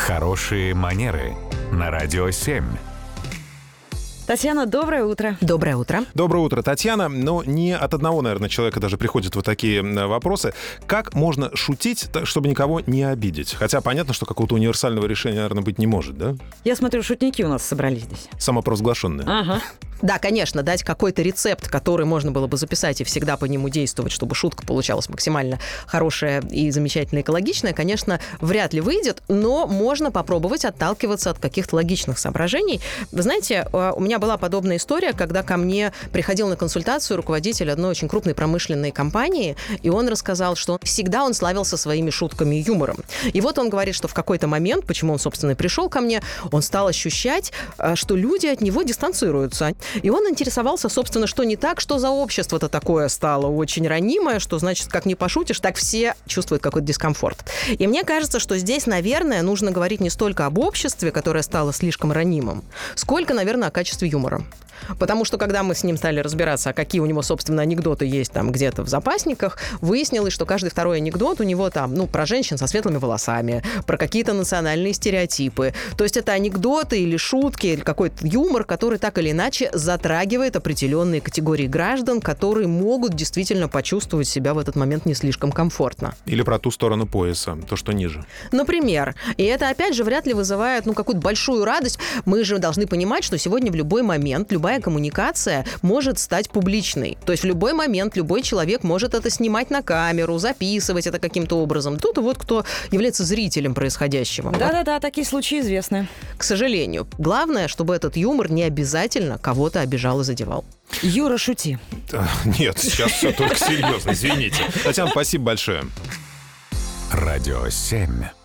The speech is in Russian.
Хорошие манеры на Радио 7. Татьяна, доброе утро. Доброе утро. Доброе утро, Татьяна. Но не от одного, наверное, человека даже приходят вот такие вопросы. Как можно шутить, чтобы никого не обидеть? Хотя понятно, что какого-то универсального решения, наверное, быть не может, да? Я смотрю, шутники у нас собрались здесь. Самопровозглашенные. Ага. Да, конечно, дать какой-то рецепт, который можно было бы записать и всегда по нему действовать, чтобы шутка получалась максимально хорошая и замечательно экологичная, конечно, вряд ли выйдет, но можно попробовать отталкиваться от каких-то логичных соображений. Вы знаете, у меня была подобная история, когда ко мне приходил на консультацию руководитель одной очень крупной промышленной компании, и он рассказал, что всегда он славился своими шутками и юмором. И вот он говорит, что в какой-то момент, почему он, собственно, и пришел ко мне, он стал ощущать, что люди от него дистанцируются. И он интересовался, собственно, что не так, что за общество-то такое стало очень ранимое, что, значит, как не пошутишь, так все чувствуют какой-то дискомфорт. И мне кажется, что здесь, наверное, нужно говорить не столько об обществе, которое стало слишком ранимым, сколько, наверное, о качестве юмора. Потому что, когда мы с ним стали разбираться, какие у него, собственно, анекдоты есть там где-то в запасниках, выяснилось, что каждый второй анекдот у него там, про женщин со светлыми волосами, про какие-то национальные стереотипы. То есть это анекдоты или шутки, или какой-то юмор, который так или иначе затрагивает определенные категории граждан, которые могут действительно почувствовать себя в этот момент не слишком комфортно. Или про ту сторону пояса, то, что ниже. Например. И это, опять же, вряд ли вызывает, какую-то большую радость. Мы же должны понимать, что сегодня в любой момент любая коммуникация может стать публичной. То есть в любой момент любой человек может это снимать на камеру, записывать это каким-то образом. Тут вот кто является зрителем происходящего. Да-да-да, такие случаи известны. К сожалению. Главное, чтобы этот юмор не обязательно кого-то обижал и задевал. Юра, шути. Нет, сейчас все только серьезно, извините. Татьяна, спасибо большое. Радио 7.